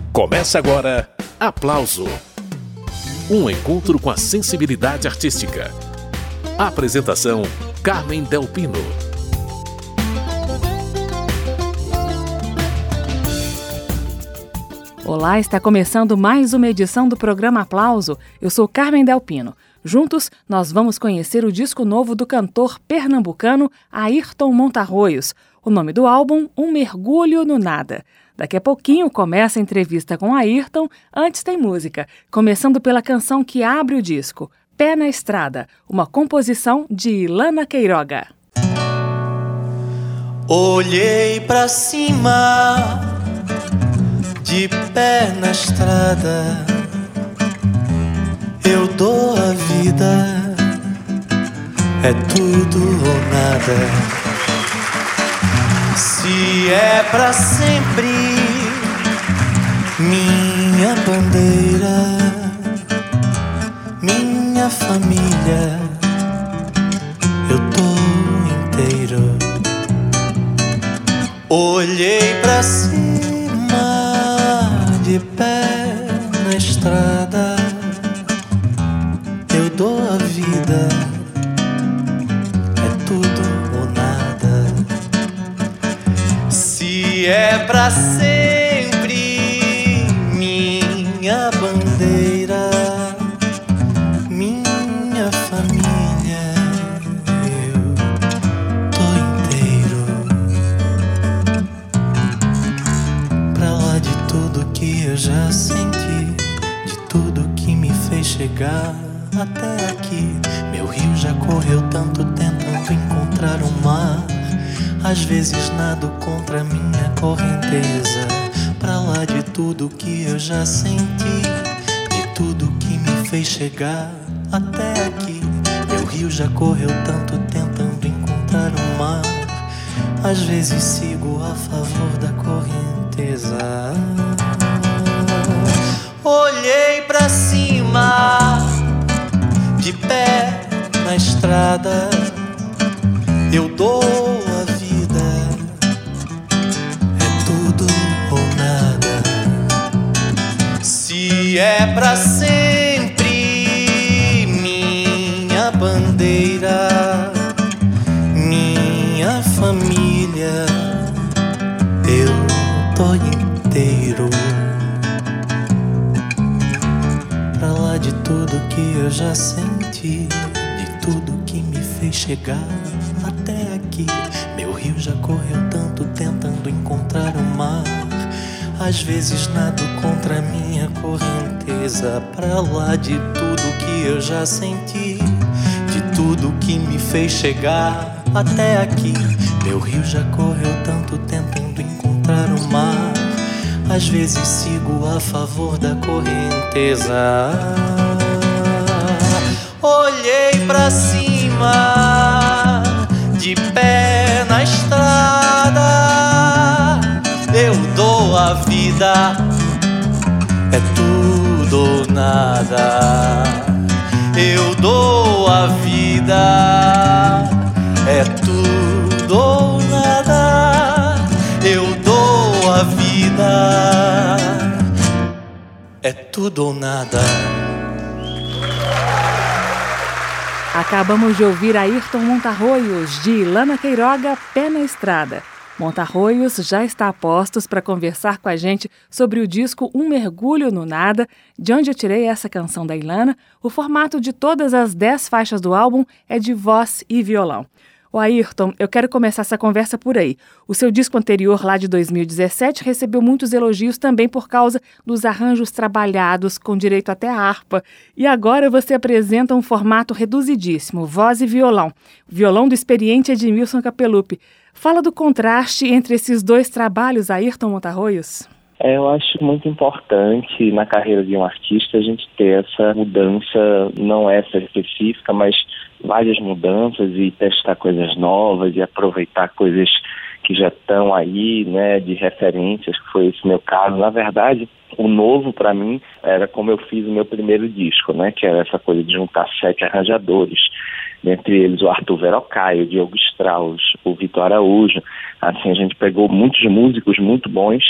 Começa agora Aplauso. Um encontro com a sensibilidade artística. Apresentação: Carmen Del Pino. Olá, está começando mais uma edição do programa Aplauso. Eu sou Carmen Del Pino. Juntos, nós vamos conhecer o disco novo do cantor pernambucano Ayrton Montarroios. O nome do álbum, Um Mergulho no Nada. Daqui a pouquinho começa a entrevista com Ayrton, antes tem música, começando pela canção que abre o disco, Pé na Estrada, uma composição de Ilana Queiroga. Olhei pra cima, de pé na estrada, eu dou a vida, é tudo ou nada. Se é pra sempre, minha bandeira, minha família, eu tô inteiro. Olhei pra cima, de pé na estrada, eu dou a vida, é tudo ou nada. Se é pra sempre, minha bandeira, minha família, eu tô inteiro. Pra lá de tudo que eu já senti, de tudo que me fez chegar até aqui. Meu rio já correu tanto tentando encontrar o mar. Às vezes nado contra minha correnteza. Pra lá de tudo que eu já senti, de tudo que me fez chegar até aqui. Meu rio já correu tanto tentando encontrar o mar. Às vezes sigo a favor da correnteza. Olhei pra cima, de pé na estrada, eu dou a vida, é tudo ou nada. Se é pra sempre, minha bandeira, minha família, eu tô inteiro. Pra lá de tudo que eu já senti, de tudo que me fez chegar até aqui. Meu rio já correu tanto tentando encontrar o mar. Às vezes nado contra minha correnteza. Pra lá de tudo que eu já senti, de tudo que me fez chegar até aqui. Meu rio já correu tanto tentando encontrar o mar. Às vezes sigo a favor da correnteza. Olhei pra cima, de pé na estrada, eu dou a vida, é tudo ou nada. Eu dou a vida, é tudo ou nada. Eu dou a vida, é tudo ou nada. Acabamos de ouvir Ayrton Montarroios, de Ilana Queiroga, Pé na Estrada. Montarroios já está a postos para conversar com a gente sobre o disco Um Mergulho no Nada, de onde eu tirei essa canção da Ilana. O formato de todas as 10 faixas do álbum é de voz e violão. O Ayrton, eu quero começar essa conversa por aí. O seu disco anterior, lá de 2017, recebeu muitos elogios também por causa dos arranjos trabalhados, com direito até a harpa. E agora você apresenta um formato reduzidíssimo, voz e violão. O violão do experiente Edmilson Capelupi. Fala do contraste entre esses dois trabalhos, Ayrton Montarroios. Eu acho muito importante na carreira de um artista a gente ter essa mudança, não essa específica, mas várias mudanças e testar coisas novas e aproveitar coisas que já estão aí, né, de referências, que foi esse meu caso. Na verdade, o novo para mim era como eu fiz o meu primeiro disco, né, que era essa coisa de juntar 7 arranjadores. dentre eles o Arthur Verocai, o Diogo Strauss, o Vitor Araújo. Assim, a gente pegou muitos músicos muito bons,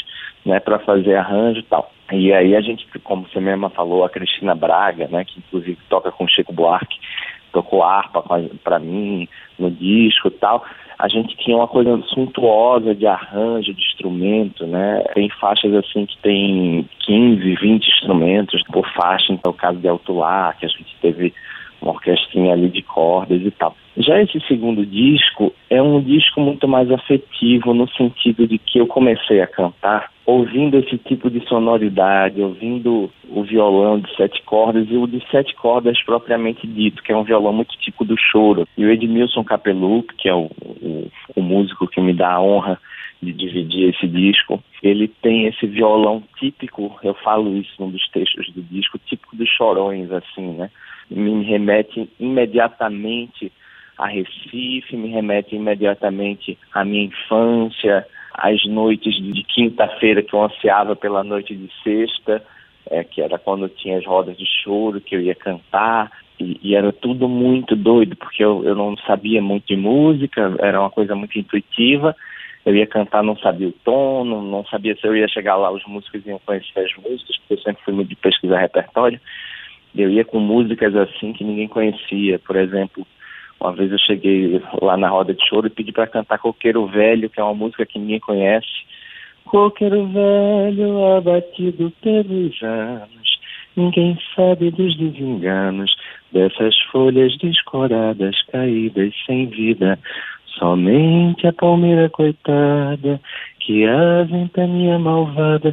né, para fazer arranjo e tal. E aí a gente, como você mesma falou, a Cristina Braga, né, que inclusive toca com Chico Buarque, tocou harpa para mim no disco e tal. A gente tinha uma coisa suntuosa de arranjo, de instrumento, né? Tem faixas assim que tem 15, 20 instrumentos por faixa, então o caso de Alto Lá, que a gente teve uma orquestrinha ali de cordas e tal. Já esse segundo disco é um disco muito mais afetivo, no sentido de que eu comecei a cantar ouvindo esse tipo de sonoridade, ouvindo o violão de 7 cordas e o de 7 cordas propriamente dito, que é um violão muito tipo do choro. E o Edmilson Capeluc, que é o músico que me dá a honra de dividir esse disco, ele tem esse violão típico, eu falo isso num dos textos do disco, típico dos chorões, assim, né? Me remete imediatamente a Recife, me remete imediatamente à minha infância, às noites de quinta-feira que eu ansiava pela noite de sexta, que era quando tinha as rodas de choro, que eu ia cantar, e era tudo muito doido, porque eu não sabia muito de música, era uma coisa muito intuitiva, eu ia cantar, não sabia o tom, não sabia se eu ia chegar lá, os músicos iam conhecer as músicas, porque eu sempre fui muito de pesquisar repertório. Eu ia com músicas assim que ninguém conhecia. Por exemplo, uma vez eu cheguei lá na roda de choro e pedi para cantar Coqueiro Velho, que é uma música que ninguém conhece. Coqueiro velho abatido pelos anos, ninguém sabe dos desenganos dessas folhas descoradas, caídas sem vida. Somente a palmeira coitada, que a ventania malvada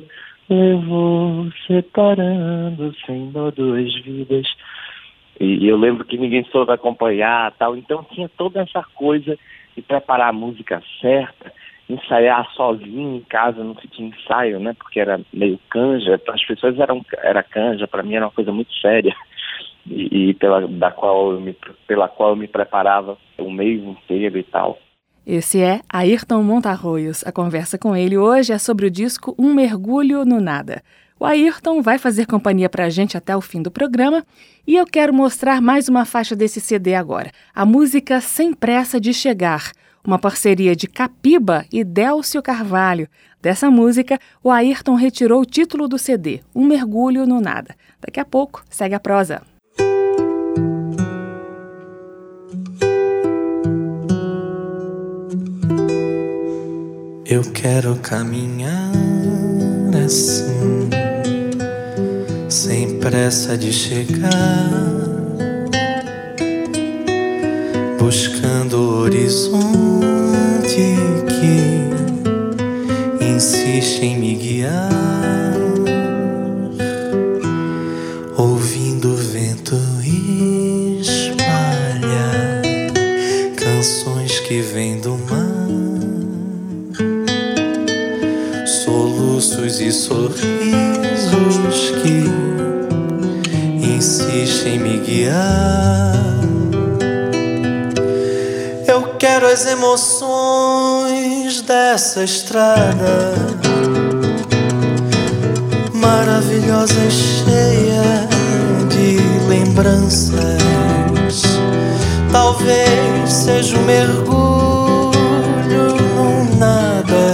levou, separando sem dó 2 vidas. E eu lembro que ninguém soube acompanhar, tal. Então tinha toda essa coisa de preparar a música certa, ensaiar sozinho em casa, não se tinha ensaio, né? Porque era meio canja. Para as pessoas era canja, para mim era uma coisa muito séria. Pela qual eu me preparava o mês inteiro e tal. Esse é Ayrton Montarroios. A conversa com ele hoje é sobre o disco Um Mergulho no Nada. O Ayrton vai fazer companhia pra gente até o fim do programa e eu quero mostrar mais uma faixa desse CD agora. A música Sem Pressa de Chegar, uma parceria de Capiba e Délcio Carvalho. Dessa música, o Ayrton retirou o título do CD, Um Mergulho no Nada. Daqui a pouco, segue a prosa. Eu quero caminhar assim, sem pressa de chegar, buscando o horizonte que insiste em me guiar, ouvindo o vento espalhar canções que vêm do mar, soluços e sorrisos que insistem em me guiar. Eu quero as emoções dessa estrada maravilhosa e cheia de lembranças. Talvez seja um mergulho no nada,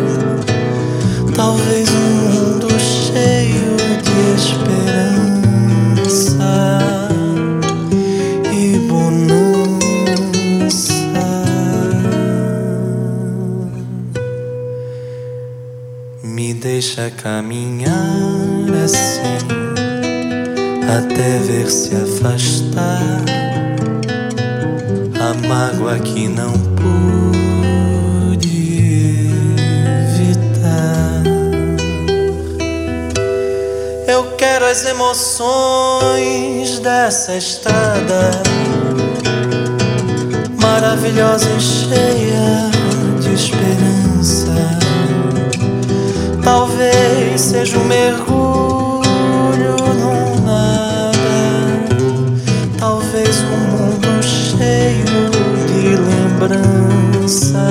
talvez um mundo cheio de esperança e bonança. Me deixa caminhar assim, até ver se afastar a mágoa que não pude evitar. Eu quero as emoções dessa estrada maravilhosa e cheia de esperança. Talvez seja um mergulho no nada, talvez um mundo cheio de lembrança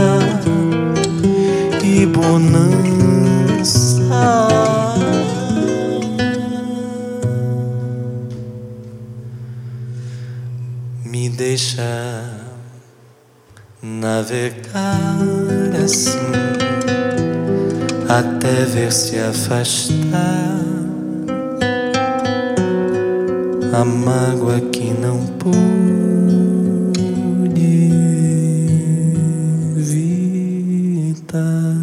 e bonança. Me deixa navegar assim, até ver se afastar a mágoa que não pude evitar.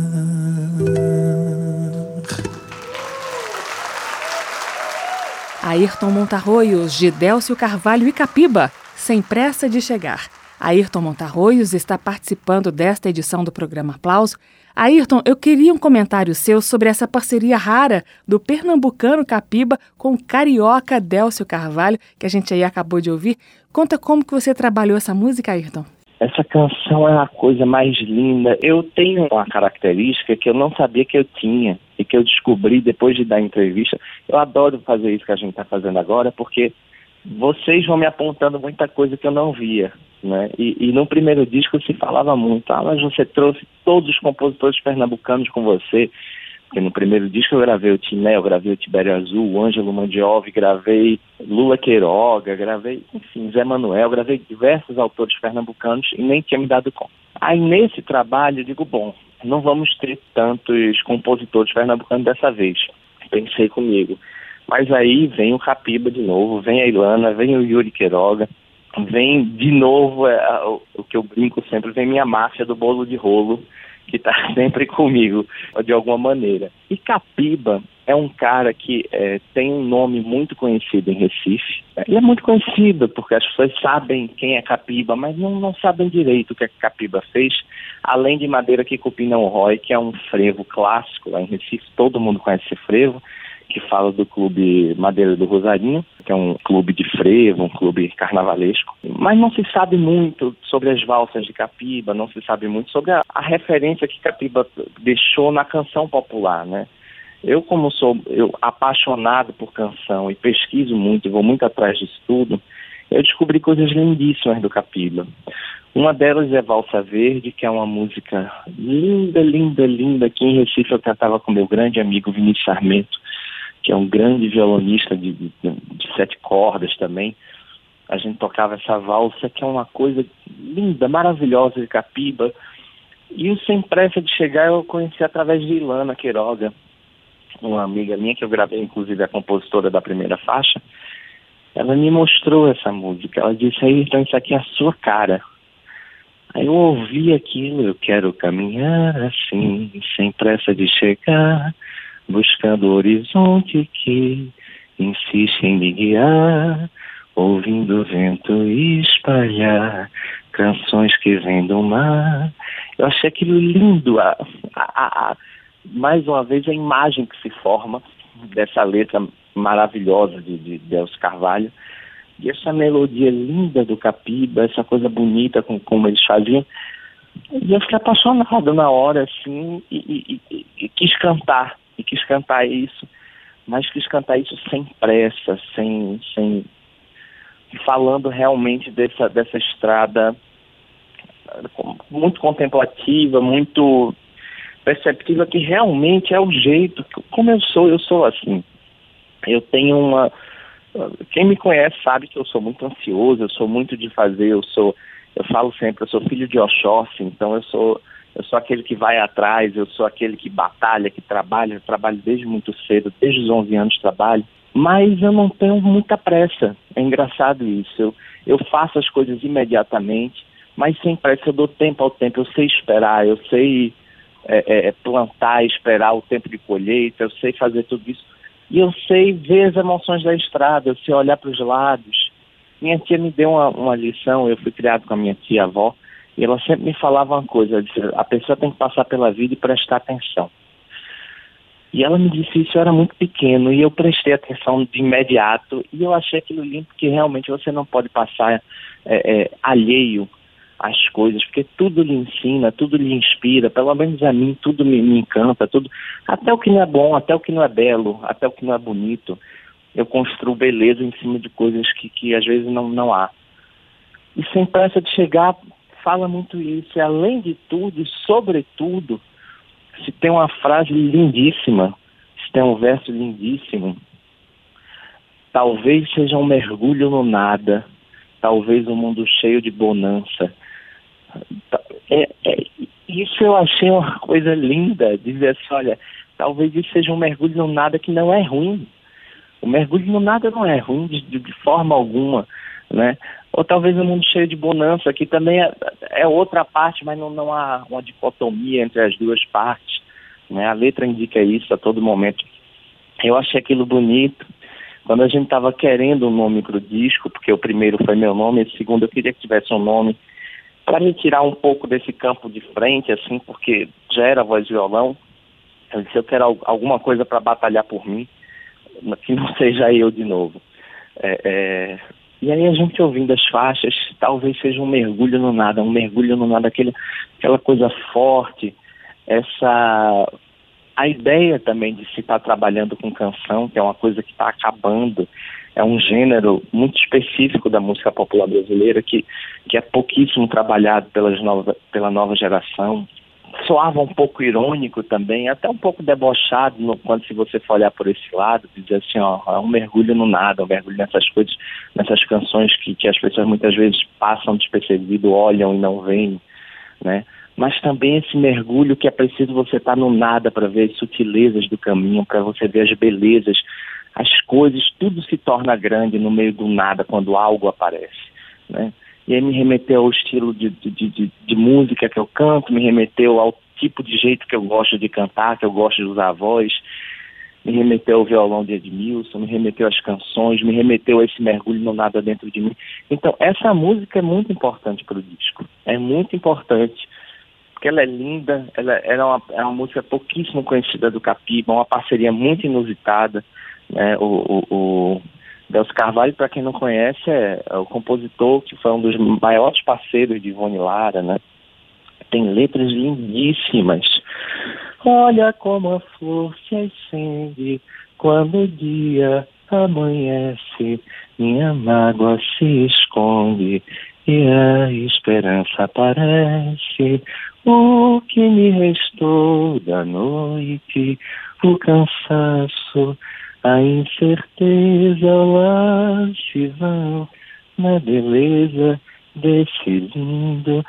Ayrton Montarroios, de Délcio Carvalho e Capiba, Sem Pressa de Chegar. Ayrton Montarroios está participando desta edição do programa Aplauso. Ayrton, eu queria um comentário seu sobre essa parceria rara do pernambucano Capiba com o carioca Délcio Carvalho, que a gente aí acabou de ouvir. Conta como que você trabalhou essa música, Ayrton. Essa canção é a coisa mais linda. Eu tenho uma característica que eu não sabia que eu tinha e que eu descobri depois de dar entrevista. Eu adoro fazer isso que a gente está fazendo agora, porque vocês vão me apontando muita coisa que eu não via, né? E no primeiro disco se falava muito, mas você trouxe todos os compositores pernambucanos com você, porque no primeiro disco eu gravei o Tiné, eu gravei o Tibério Azul, o Ângelo Mandiovi, gravei Lula Queiroga, gravei, enfim, Zé Manuel, gravei diversos autores pernambucanos e nem tinha me dado conta. Aí nesse trabalho eu digo, bom, não vamos ter tantos compositores pernambucanos dessa vez, pensei comigo. Mas aí vem o Capiba de novo, vem a Ilana, vem o Yuri Queiroga, vem de novo, o que eu brinco sempre, vem minha máfia do bolo de rolo, que está sempre comigo, de alguma maneira. E Capiba é um cara que tem um nome muito conhecido em Recife. Ele é muito conhecido, porque as pessoas sabem quem é Capiba, mas não sabem direito o que Capiba fez, além de Madeira que Cupim Não Rói, que é um frevo clássico lá em Recife, todo mundo conhece esse frevo, que fala do Clube Madeira do Rosarinho, que é um clube de frevo, um clube carnavalesco. Mas não se sabe muito sobre as valsas de Capiba, não se sabe muito sobre a referência que Capiba deixou na canção popular, né? Eu, como sou apaixonado por canção e pesquiso muito, e vou muito atrás disso tudo, eu descobri coisas lindíssimas do Capiba. Uma delas é Valsa Verde, que é uma música linda, linda, linda, que em Recife eu cantava com meu grande amigo Vinícius Sarmento, que é um grande violonista de 7 cordas também. A gente tocava essa valsa, que é uma coisa linda, maravilhosa de Capiba. E o Sem Pressa de Chegar eu conheci através de Ilana Queiroga, uma amiga minha que eu gravei, inclusive a compositora da primeira faixa. Ela me mostrou essa música. Ela disse, aí, então isso aqui é a sua cara. Aí eu ouvi aquilo, eu quero caminhar assim, sem pressa de chegar, buscando o horizonte que insiste em me guiar, ouvindo o vento espalhar canções que vêm do mar. Eu achei aquilo lindo, mais uma vez a imagem que se forma dessa letra maravilhosa de Délcio Carvalho, e essa melodia linda do Capiba, essa coisa bonita como eles faziam. E eu fiquei apaixonado na hora, assim, e quis cantar isso, mas quis cantar isso sem pressa, sem falando realmente dessa estrada muito contemplativa, muito perceptiva, que realmente é o jeito, como eu sou assim. Eu tenho quem me conhece sabe que eu sou muito ansioso, eu sou muito de fazer, eu falo sempre, eu sou filho de Oxóssi, então eu sou aquele que vai atrás, eu sou aquele que batalha, que trabalha, eu trabalho desde muito cedo, desde os 11 anos trabalho, mas eu não tenho muita pressa, é engraçado isso, eu faço as coisas imediatamente, mas sem pressa, eu dou tempo ao tempo, eu sei esperar, eu sei plantar, esperar o tempo de colheita, eu sei fazer tudo isso, e eu sei ver as emoções da estrada, eu sei olhar para os lados. Minha tia me deu uma lição, eu fui criado com a minha tia-avó, e ela sempre me falava uma coisa, ela disse, a pessoa tem que passar pela vida e prestar atenção. E ela me disse isso, eu era muito pequeno, e eu prestei atenção de imediato, e eu achei aquilo lindo, porque realmente você não pode passar alheio às coisas, porque tudo lhe ensina, tudo lhe inspira, pelo menos a mim, tudo me encanta, tudo, até o que não é bom, até o que não é belo, até o que não é bonito, eu construo beleza em cima de coisas que às vezes não há. E Sem Pressa de Chegar fala muito isso, e além de tudo, e sobretudo, se tem uma frase lindíssima, se tem um verso lindíssimo, talvez seja um mergulho no nada, talvez um mundo cheio de bonança. Isso eu achei uma coisa linda, dizer assim, olha, talvez isso seja um mergulho no nada que não é ruim. O mergulho no nada não é ruim de forma alguma, né? Ou talvez um mundo cheio de bonança, que também é outra parte, mas não há uma dicotomia entre as duas partes, né? A letra indica isso a todo momento. Eu achei aquilo bonito. Quando a gente estava querendo um nome para o disco, porque o primeiro foi meu nome, o segundo eu queria que tivesse um nome para me tirar um pouco desse campo de frente, assim, porque já era voz e violão. Eu disse, eu quero alguma coisa para batalhar por mim, que não seja eu de novo. E aí a gente ouvindo as faixas, talvez seja um mergulho no nada, aquela coisa forte, a ideia também de se estar trabalhando com canção, que é uma coisa que está acabando, é um gênero muito específico da música popular brasileira, que é pouquíssimo trabalhado pela nova geração. Soava um pouco irônico também, até um pouco debochado, quando se você for olhar por esse lado, dizer assim, é um mergulho no nada, um mergulho nessas coisas, nessas canções que as pessoas muitas vezes passam despercebido, olham e não veem, né? Mas também esse mergulho que é preciso você estar no nada para ver as sutilezas do caminho, para você ver as belezas, as coisas, tudo se torna grande no meio do nada quando algo aparece, né? E aí me remeteu ao estilo de música que eu canto, me remeteu ao tipo de jeito que eu gosto de cantar, que eu gosto de usar a voz, me remeteu ao violão de Edmilson, me remeteu às canções, me remeteu a esse mergulho no nada dentro de mim. Então, essa música é muito importante para o disco, é muito importante, porque ela é linda, ela é uma música pouquíssimo conhecida do Capiba, uma parceria muito inusitada, né? O Delcio Carvalho, para quem não conhece, é o compositor que foi um dos maiores parceiros de Ivone Lara, né? Tem letras lindíssimas. Olha como a flor se acende quando o dia amanhece, minha mágoa se esconde e a esperança aparece. O que me restou da noite, o cansaço, a incerteza lá se vão na beleza desse lindo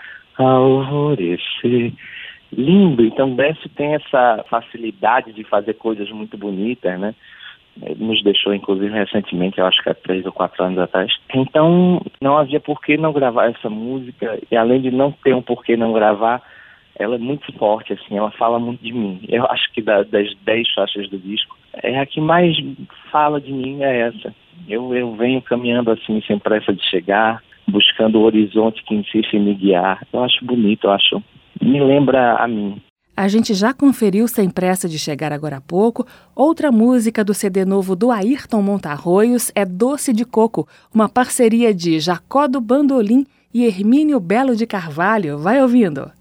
alvorecer. Lindo, então Décio tem essa facilidade de fazer coisas muito bonitas, né? Ele nos deixou, inclusive, recentemente, eu acho que há 3 ou 4 anos atrás. Então, não havia por que não gravar essa música, e além de não ter um porquê não gravar, ela é muito forte, assim, ela fala muito de mim. Eu acho que das 10 faixas do disco, a que mais fala de mim é essa. Eu venho caminhando assim, sem pressa de chegar, buscando o horizonte que insiste em me guiar. Eu acho bonito, me lembra a mim. A gente já conferiu Sem Pressa de Chegar agora há pouco. Outra música do CD novo do Ayrton Montarroios é Doce de Coco, uma parceria de Jacó do Bandolim e Hermínio Belo de Carvalho. Vai ouvindo!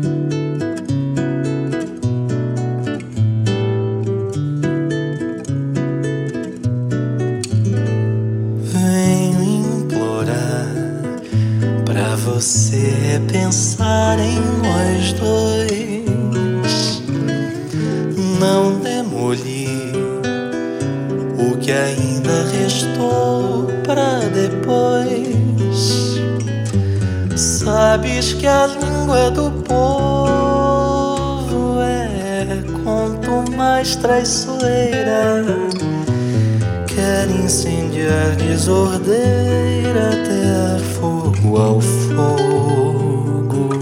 Você pensar em nós dois, não demolir o que ainda restou pra depois. Sabes que a língua do povo é quanto mais traiçoeira, quer incendiar desordeira até fogo ao fogo.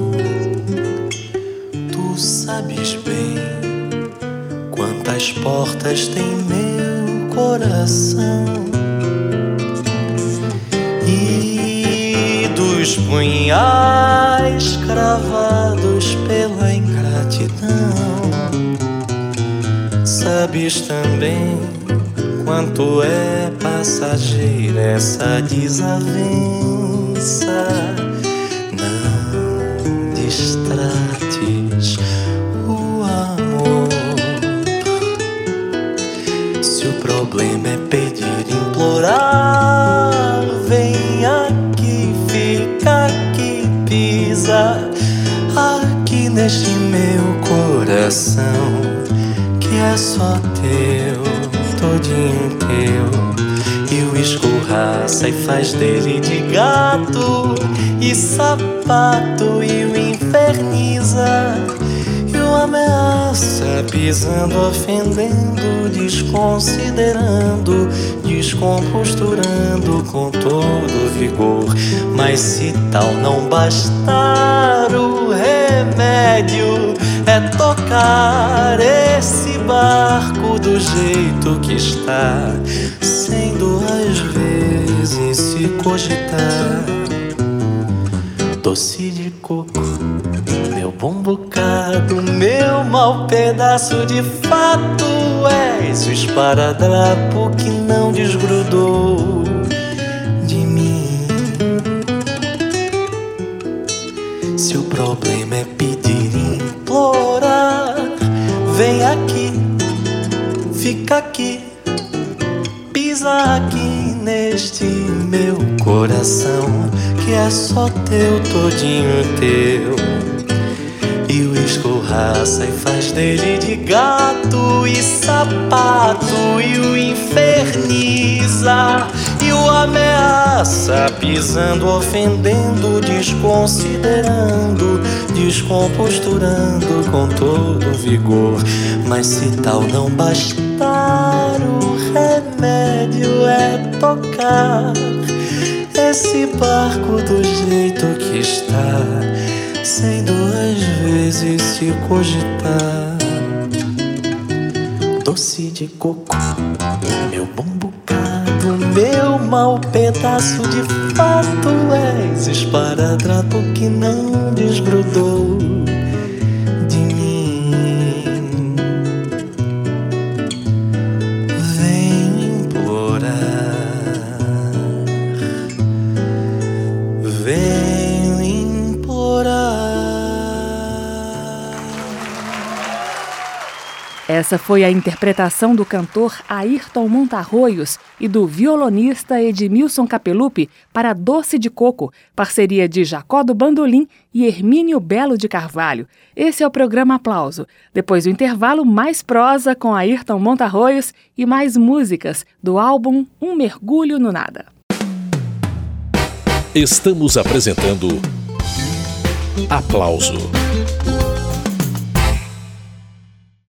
Tu sabes bem quantas portas tem meu coração, e dos punhais cravados pela ingratidão. Sabes também quanto é passageira essa desavença. Não distrates o amor. Se o problema é pedir, implorar, vem aqui, fica aqui, pisa aqui neste meu coração, que é só teu, todinho teu. E o escorraça e faz dele de gato e sapato, e o inferniza, e o ameaça, pisando, ofendendo, desconsiderando, descomposturando com todo vigor. Mas se tal não bastar, o remédio é tocar esse barco do jeito que está, sem duas vezes se cogitar. Doce de coco, meu bom bocado, meu mau pedaço de fato, és o esparadrapo que não desgrudou de mim. Se o problema é pedir e implorar, vem aqui, fica aqui, pisa aqui neste meu coração, que é só teu, todinho teu. E o escorraça e faz dele de gato e sapato, e o inferniza, e o ameaça, pisando, ofendendo, desconsiderando, descomposturando com todo vigor. Mas se tal não bastar, o remédio é tocar esse barco do jeito que está, sem duas vezes se cogitar. Doce de coco, meu bom bocado, meu mau pedaço de fato, és esparadrapo que não desgrudou de mim. Vem implorar, vem implorar. Essa foi a interpretação do cantor Ayrton Montarroios e do violonista Edmilson Capelupi para Doce de Coco, parceria de Jacó do Bandolim e Hermínio Belo de Carvalho. Esse é o programa Aplauso. Depois do intervalo, mais prosa com Ayrton Montarroios e mais músicas do álbum Um Mergulho no Nada. Estamos apresentando Aplauso.